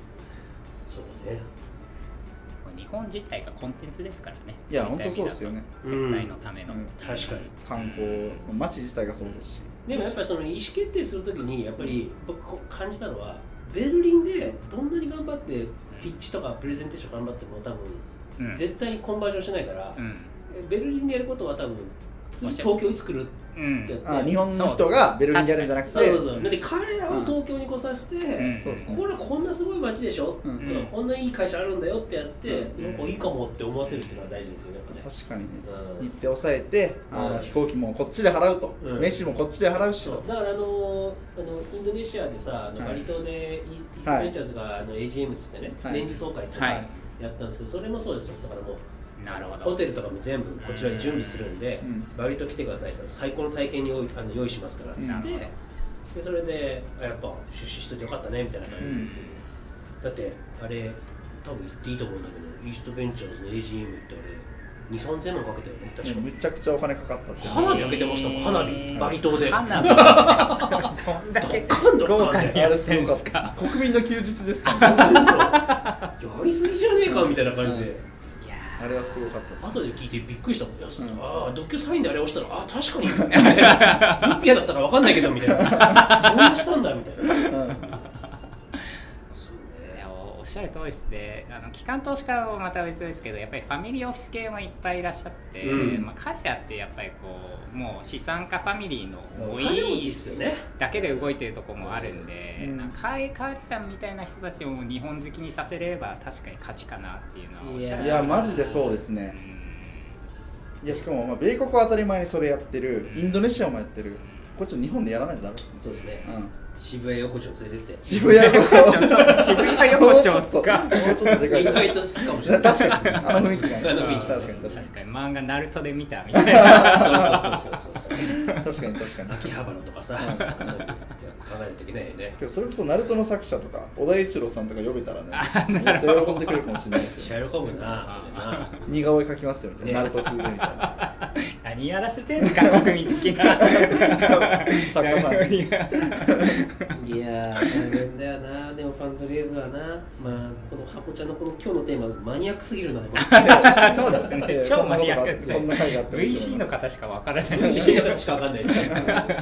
日本自体がコンテンツですからね。 いや本当そうですよね。 接待のための、うん、 確かに観光街自体がそうですし、 でもやっぱりその意思決定するときにやっぱり僕感じたのはベルリンでどんなに頑張ってピッチとかプレゼンテーション頑張っても多分、うん、絶対にコンバージョンしないから、うん、ベルリンでやることは多分次東京に作るってやって、 うん、あ日本の人がベルリンでやるんじゃなくて、 そうそうそうで彼らを東京に来させて、うん、これはこんなすごい街でしょ、うん、こんないい会社あるんだよってやって、うん、なんかいいかもって思わせるっていうのは大事ですよね。やっぱね確かにね、うん、行って抑えてあの、うん、飛行機もこっちで払うと、うん、飯もこっちで払うし、 だからあのあのインドネシアでさあのバリ島でイーストベンチャーズがあの エージーエム っつってね、はい、年次総会ってやったんですけど、それもそうですよ。だからもうなるほどホテルとかも全部こちらで準備するんで、うん、バリ島来てください最高の体験に用意、あの用意しますからっつって、でそれでやっぱ出資しといてよかったねみたいな感じで、うん、 だってあれ多分言っていいと思うんだけどイーストベンチャーズの エージーエム ってあれにせんさんぜんまんかけたよね確か。 めちゃくちゃお金かかったって花火開けてましたもん、花火バリ島で。 花火ですか。どんだけ豪華にやってんすか。 国民の休日ですか。やりすぎじゃねえかみたいな感じで、うん、いやあれはすごかったです。 後で聞いてびっくりしたもん。いや、うん、ああドッキュサインであれ押したらあ確かにルーピアだったか分かんないけどみたいなそんなしたんだみたいな、うんおっしゃる通りですね。あの機関投資家はまた別ですけど、やっぱりファミリーオフィス系もいっぱいいらっしゃって、うんまあ、彼らってやっぱりこうもう資産家ファミリーの多いだけで動いてるところもあるんで、うん、なんか彼らみたいな人たちを日本好きにさせれば確かに勝ちかなっていうのはおっしゃる。 いやマジでそうですね、うん、いやしかもまあ米国は当たり前にそれやってる、インドネシアもやってる、こっち日本でやらないとダメですね。 そうですね、 うん渋谷横丁連れてって渋谷横丁渋谷横丁ですか。 もうちょっとでかい。 意外と好きかもしれない。 確かにあの雰囲気が、 あの雰囲気確かに確かに確かに漫画ナルトで見たみたいな。 そうそうそうそうそう確かに確かに。 秋葉原とかさ、そういう考えないといけないよね。 それこそナルトの作者とか小田一郎さんとか呼べたらね、めっちゃ喜んでくれるかもしれないですよ。 喜ぶな、それな。 似顔絵描きますよね。ナルト風でみたいな。 何やらせてんすか国民的な作家さんに。 いや大変だよな。でもファンドレイズはな、まあこのハコちゃんのこの今日のテーママニアックすぎるな。 そうですね。超マニアックですね。 そんな回があってブイシー の方しかわからない。 ブイシー の方しかわかんないです。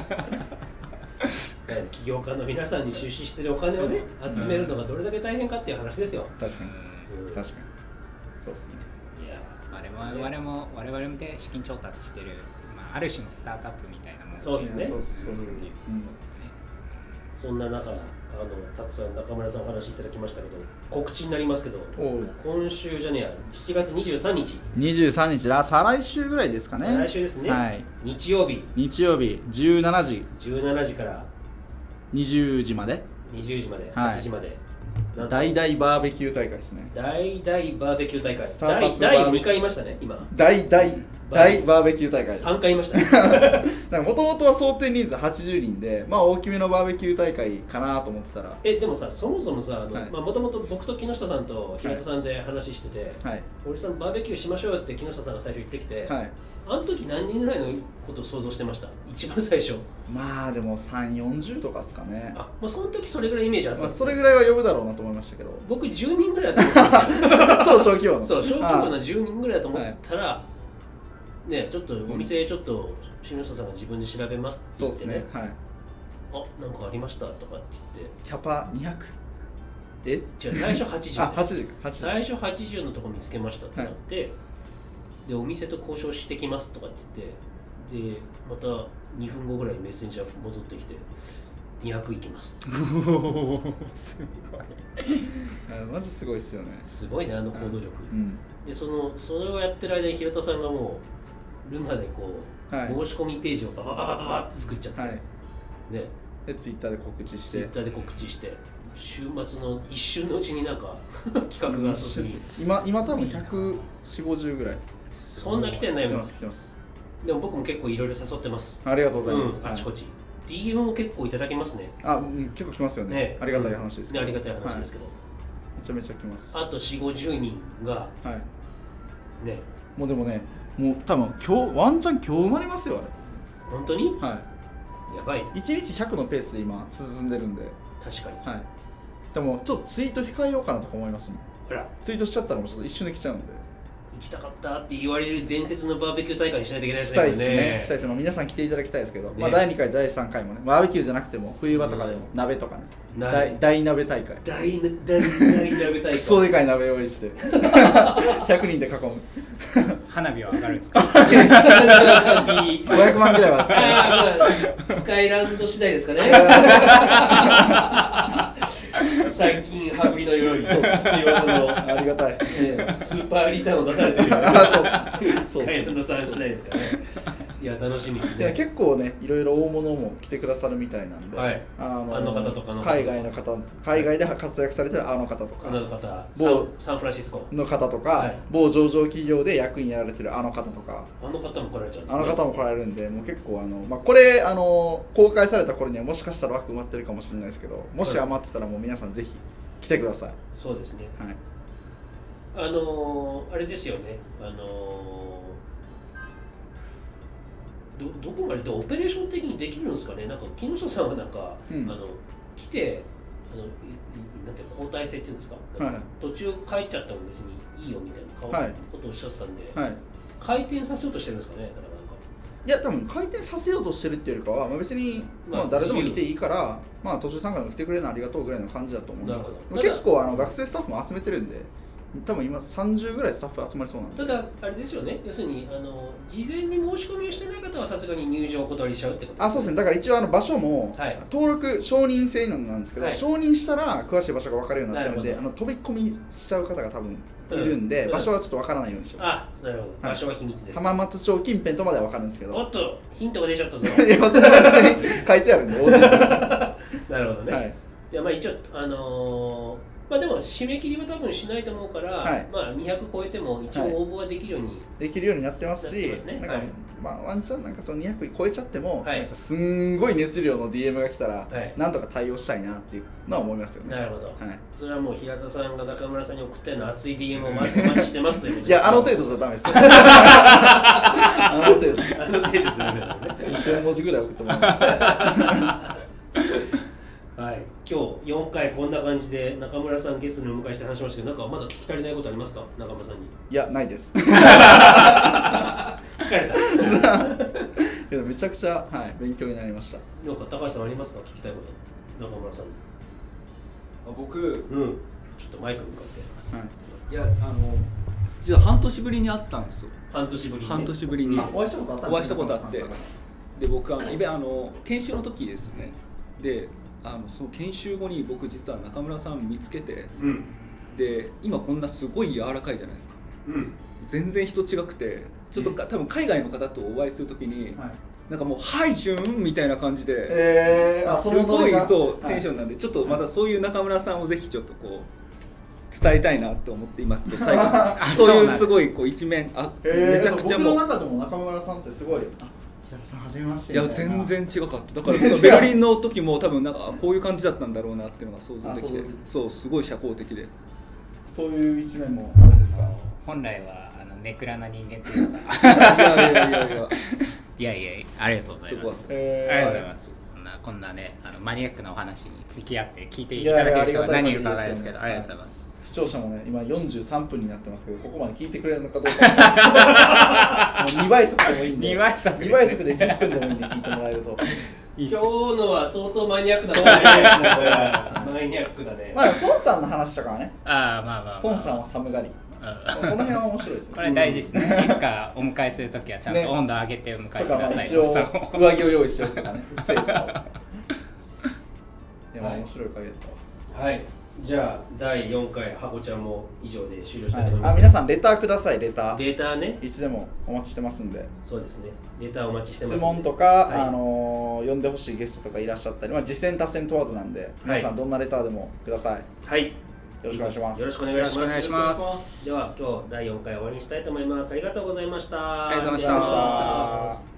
起業家の皆さんに出資してるお金をね集めるのがどれだけ大変かっていう話ですよ。 確かに。確かに。そうですね。 いや、 我々も我々もで資金調達してる、まあある種のスタートアップみたいなもの。 そうですね。 そうですね。 っていうことですね。 そんな中、あのたくさん中村さんお話いただきましたけど、告知になりますけど、今週じゃねえや、しちがつにじゅうさんにち。 にじゅうさんにち、再来週ぐらいですかね。 再来週ですね。 はい。 日曜日。 日曜日、じゅうしちじ。 じゅうしちじからにじゅうじまで。 にじゅうじまで、はちじまで。 大々バーベキュー大会ですね。 大々バーベキュー大会。大大にかい言いましたね、今。 大大大バーベキュー大会。 さんかい言いましたね。もともとは想定人数はちじゅうにんで、まあ大きめのバーベキュー大会かなと思ってたら。 え、でもさ、そもそもさ、もともと僕と木下さんと平田さんで話してて、はい、堀さんバーベキューしましょうよって木下さんが最初言ってきて、はい、あの時何人ぐらいのことを想像してました？一番最初。 まあでもさんじゅう、よんじゅうとかですかね。 あ、もうその時それぐらいイメージあったんです、 まあ、それぐらいは呼ぶだろうなと思いましたけど。 僕じゅうにんぐらいだと思ったんですよ。 超小規模の。 そう、小規模なじゅうにんぐらいだと思ったら、はい、ね、ちょっとお店ちょっと木下さんが自分で調べますって言ってね。そうですね。はい。あ、なんかありましたとかって言って。 キャパにひゃく。え？ 違う、最初はちじゅうです。 あ、はちじゅうか。 最初はちじゅうのとこ見つけましたってなって、はい、でお店と交渉してきますとかって言って、でまたにふんごぐらいメッセンジャー戻ってきてにひゃくいきます。 すごい。 マジすごいですよね。 すごいね、あの行動力。 うん、 でそのそれをやってる間に平田さんがもうルマでこう、はい、申し込みページをババババババって作っちゃって、はい、ね、 でツイッターで告知してツイッターで告知して週末の一瞬のうちになんか企画が進み、 今今多分ひゃくよんじゅう、ごじゅうぐらい。 そんな来てないもん。 来てます。 でも僕も結構いろいろ誘ってます。 ありがとうございます。 うん、あちこち、はい、ディーエム も結構いただけますね。 あ、うん、結構来ますよね。ね、ありがたい話ですけど、 うん、ね、ありがたい話ですけど、はい、 めちゃめちゃ来ます。 あとよんじゅう、ごじゅうにんが、はい、ね、 もうでもね、もう多分今日ワンチャン今日埋まりますよあれ。 本当に？ はい。 やばい。 いちにちひゃくのペースで今進んでるんで。 確かに。 はい。でもちょっとツイート控えようかなとか思いますもん。 ほら。 ツイートしちゃったらもうちょっと一瞬で来ちゃうんで。 行きたかったって言われる伝説のバーベキュー大会にしないといけないですね。 したいですね。したいですね。皆さん来ていただきたいですけど、ね、まあだいにかい、だいさんかいもね、バーベキューじゃなくても冬場とかでも鍋とかね、うん、大, 大鍋大会。 大, 大, 大鍋大会。 クソでかい鍋用意してひゃくにんで囲む。 花火は上がるんですか？ 花火ごひゃくまんぐらいは使えます。スカイランド次第ですかね。最近羽振りのようにそうありがたい、 ね、スーパーリターンを出されてるよね。スカイランドさん次第ですからね。いや楽しみですね。 結構ねいろいろ大物も来てくださるみたいなんで、はい、あのあの方とかの海外の方、海外で活躍されてるあの方とか、 あの方、 某サンフランシスコの方とか、はい、某上場企業で役員やられてるあの方とか、 あの方も来られちゃうんですね。 あの方も来られるんで、もう結構あの、まあ、これあの公開された頃にはもしかしたら枠埋まってるかもしれないですけど、もし余ってたらもう皆さんぜひ来てください。 そうですね、 はい、 あのー、あれですよね、あのー、ど, どこまでオペレーション的にできるんですかね。なんか木下さんはなんか、うん、あの来てあのなんて交代制っていうんですか、はい、途中帰っちゃったの別にいいよみたいなことをおっしゃってたんで、はい、回転させようとしてるんですかね。だからなんかいや多分回転させようとしてるっていうよりかは、まあ、別に、まあ、誰でも来ていいから、まあ、途中参加でも来てくれるのありがとうぐらいの感じだと思うんですよ。結構あの学生スタッフも集めてるんで、多分今さんじゅうぐらいスタッフ集まりそうなんで。 ただあれですよね、要するにあの事前に申し込みをしてない方はさすがに入場をお断りしちゃうってことですね。 あ、そうですね。だから一応あの場所も、はい、登録承認制なんですけど、はい、承認したら詳しい場所が分かるようになってるので、あの飛び込みしちゃう方が多分いるんで、うん、場所はちょっと分からないようにしてます。 あ、なるほど、はい、場所は秘密です、ね、 浜松町近辺とまでは分かるんですけど。 おっとヒントが出ちゃったぞ。 いや、それは別に書いてあるんで。 なるほどね。はい、じゃあまあ一応あのーまあでも締め切りは多分しないと思うから、はい、まあにひゃく超えても一応応募はできるように、はい、 できるようになってますし、 ますね、 なんか、 はい、 まあ、ワンチャンなんかそのにひゃく超えちゃっても、はい、なんかすんごい熱量の ディーエム が来たら、はい、なんとか対応したいなっていうのは思いますよね。 なるほど、 はい、 それはもう平田さんが中村さんに送ったような熱い ディーエム をお待ちしてますということです。 いや、あの程度じゃダメです。あの程度あの程度じゃダメだね。 にせん文字ぐらい送ってもらいます。 はい、今日よんかいこんな感じで中村さんゲストにお迎えして話しましたけど、なんかまだ聞き足りないことありますか、中村さんに。 いや、ないです。 疲れた。 けどめちゃくちゃ、はい、勉強になりました。 なんか高橋さんありますか、聞きたいこと、中村さんに。 あ、僕、 うん、ちょっとマイク向かって。 はい、いや、あの実は半年ぶりに会ったんですよ。 半年ぶりに、ね、 半年ぶりにお会いしたことあったんですか。 お会いしたことあって、で僕あのイベあの研修の時ですね。であのその研修後に僕実は中村さん見つけて、うん、で今こんなすごい柔らかいじゃないですか、うん、全然人違くてちょっと多分海外の方とお会いするときに、はい、なんかもう「はいジュン」みたいな感じで、 えー、 すごいそうテンションなんで、はい、ちょっとまたそういう中村さんをぜひちょっとこう伝えたいなと思って今ちょっと最後そういうすごいこう一面あ、 えー、めちゃくちゃもう僕の中でも中村さんってすごい平田さん初めまして。 いや全然違かった。だからベルリンの時も多分なんかこういう感じだったんだろうなっていうのが想像できて、そうすごい社交的で。 そういう一面もあるんですか。 本来はあのネクラな人間っていうか。いやいやいやいやいやいやありがとうございます。えー、ありがとうございます。こんなこんなねあのマニアックなお話に付き合って聞いていただける人が何人かないですけど、ありがとうございます。 視聴者もね今よんじゅうさんぷんになってますけど、ここまで聞いてくれるのかどうかもうにばい速でもいいんでにばい速で、 にばい速でじゅっぷんでもいいんで聞いてもらえると今日のは相当マニアックなですね。マニアックだね。 まあ孫さんの話とかはね、 ああまあまあ、まあ、 孫さんは寒がり、この辺は面白いですね。 これ大事ですね。いつかお迎えするときはちゃんと温度上げて迎えてください。 一応上着を用意しようとかね。でも面白い会だった。 はい。じゃあだいよんかいハコちゃんも以上で終了したいと思います、 はい、あ皆さんレターください。レターレターね、 いつでもお待ちしてますんで。 そうですね、レターお待ちしてますんで。 質問とか、はい、あのー、呼んでほしいゲストとかいらっしゃったり、まあ、実践達成問わずなんで、皆さんどんなレターでもください。 はい、 よろしくお願いします。 よろしくお願いします。よろしくお願いします。では今日だいよんかい終わりにしたいと思います。ありがとうございました。 ありがとうございました。